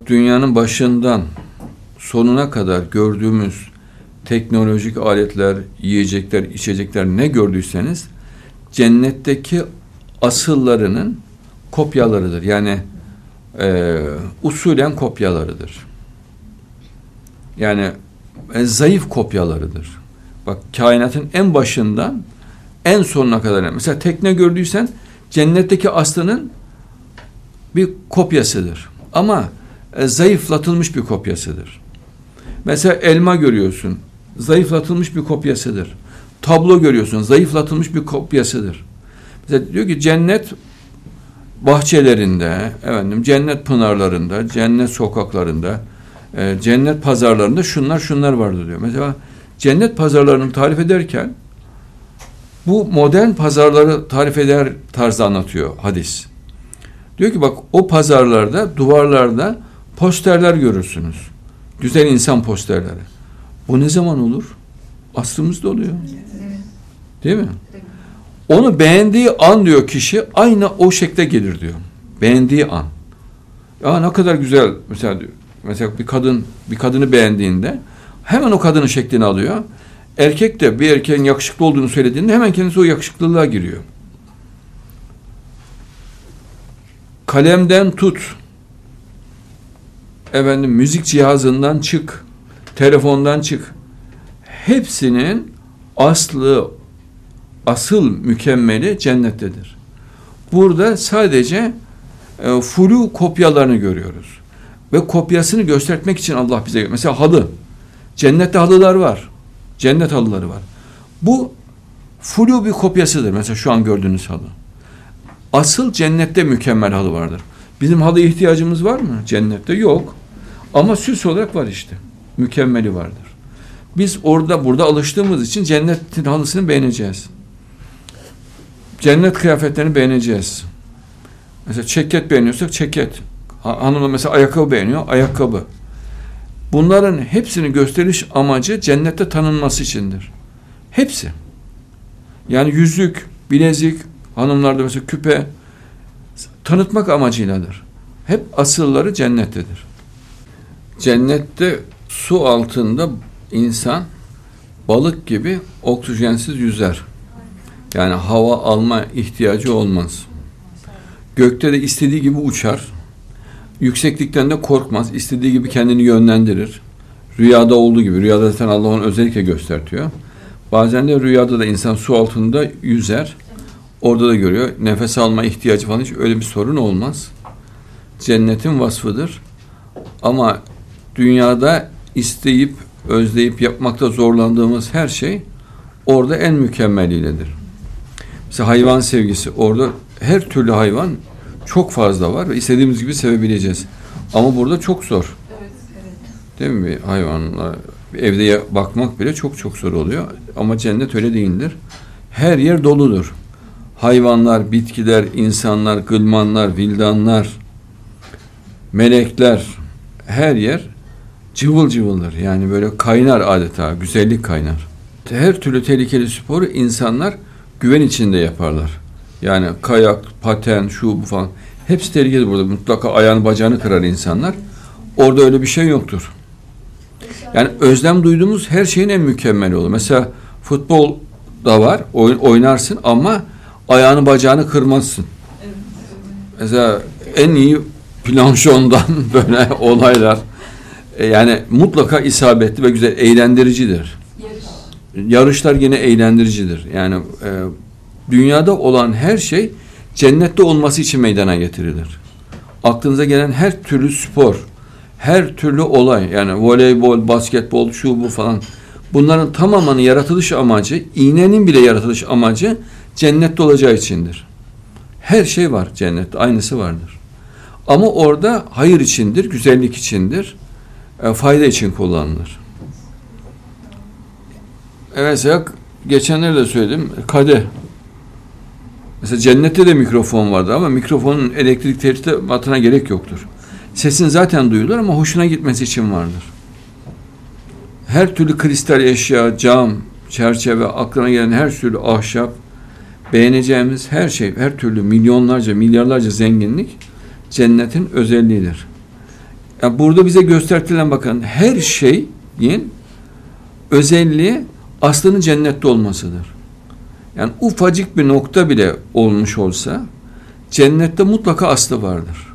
Dünyanın başından sonuna kadar gördüğümüz teknolojik aletler, yiyecekler, içecekler ne gördüyseniz cennetteki asıllarının kopyalarıdır. Yani usulen kopyalarıdır. Yani zayıf kopyalarıdır. Bak, kainatın en başından en sonuna kadar. Mesela tekne gördüysen cennetteki aslının bir kopyasıdır. Ama zayıflatılmış bir kopyasıdır. Mesela elma görüyorsun, zayıflatılmış bir kopyasıdır. Tablo görüyorsun, zayıflatılmış bir kopyasıdır. Mesela diyor ki cennet bahçelerinde, cennet pınarlarında, cennet sokaklarında, cennet pazarlarında şunlar vardı diyor. Mesela cennet pazarlarını tarif ederken bu modern pazarları tarif eder tarzda anlatıyor hadis. Diyor ki bak, o pazarlarda, duvarlarda posterler görürsünüz. Güzel insan posterleri. Bu ne zaman olur? Asrımızda oluyor. Değil mi? Onu beğendiği an diyor kişi aynı o şekle gelir diyor. Beğendiği an. Ya ne kadar güzel mesela bir kadını beğendiğinde hemen o kadının şeklini alıyor. Erkek de bir erkeğin yakışıklı olduğunu söylediğinde hemen kendisi o yakışıklılığa giriyor. Kalemden tut, müzik cihazından çık, telefondan çık. Hepsinin asıl mükemmeli cennettedir. Burada sadece flu kopyalarını görüyoruz. Ve kopyasını göstermek için Allah bize, mesela halı. Cennette halılar var. Cennet halıları var. Bu flu bir kopyasıdır. Mesela şu an gördüğünüz halı. Asıl cennette mükemmel halı vardır. Bizim halıya ihtiyacımız var mı? Cennette yok. Ama süs olarak var işte. Mükemmeli vardır. Biz burada alıştığımız için cennetin halısını beğeneceğiz. Cennet kıyafetlerini beğeneceğiz. Mesela ceket beğeniyorsak ceket. Hanım mesela ayakkabı beğeniyor, ayakkabı. Bunların hepsini gösteriş amacı cennette tanınması içindir. Hepsi. Yani yüzük, bilezik, hanımlarda mesela küpe tanıtmak amacıyladır. Hep asılları cennettedir. Cennette su altında insan balık gibi oksijensiz yüzer. Yani hava alma ihtiyacı olmaz. Gökte de istediği gibi uçar. Yükseklikten de korkmaz. İstediği gibi kendini yönlendirir. Rüyada olduğu gibi. Rüyada zaten Allah onu özellikle göstertiyor. Bazen de rüyada da insan su altında yüzer. Orada da görüyor. Nefes alma ihtiyacı falan, hiç öyle bir sorun olmaz. Cennetin vasfıdır. Ama dünyada isteyip, özleyip yapmakta zorlandığımız her şey orada en mükemmeliyledir. Mesela hayvan sevgisi. Orada her türlü hayvan çok fazla var ve istediğimiz gibi sevebileceğiz. Ama burada çok zor. Değil mi? Bir hayvanla evde bakmak bile çok zor oluyor. Ama cennet öyle değildir. Her yer doludur. Hayvanlar, bitkiler, insanlar, gılmanlar, vildanlar, melekler, her yer cıvıl cıvıldır. Yani böyle kaynar adeta, güzellik kaynar. Her türlü tehlikeli sporu insanlar güven içinde yaparlar. Yani kayak, paten, şu bu falan. Hepsi tehlikeli burada. Mutlaka ayağını bacağını kırar insanlar. Orada öyle bir şey yoktur. Yani özlem duyduğumuz her şeyin en mükemmeli olur. Mesela futbol da var. Oynarsın ama ayağını bacağını kırmazsın. Mesela en iyi planşondan böyle olaylar. Yani mutlaka isabetli ve güzel, eğlendiricidir. Yarışlar yine eğlendiricidir. Yani dünyada olan her şey cennette olması için meydana getirilir. Aklınıza gelen her türlü spor, her türlü olay, yani voleybol, basketbol, şu bu falan, bunların tamamının yaratılış amacı, iğnenin bile yaratılış amacı cennette olacağı içindir. Her şey var cennette, aynısı vardır. Ama orada hayır içindir, güzellik içindir, fayda için kullanılır. Mesela geçenlerde de söyledim, kadeh. Mesela cennette de mikrofon vardır ama mikrofonun elektrik teçhizatına gerek yoktur. Sesin zaten duyulur ama hoşuna gitmesi için vardır. Her türlü kristal eşya, cam, çerçeve, aklına gelen her türlü ahşap, beğeneceğimiz her şey, her türlü milyonlarca, milyarlarca zenginlik cennetin özelliğidir. Yani burada bize gösterilen bakın her şeyin özelliği aslının cennette olmasıdır. Yani ufacık bir nokta bile olmuş olsa cennette mutlaka aslı vardır.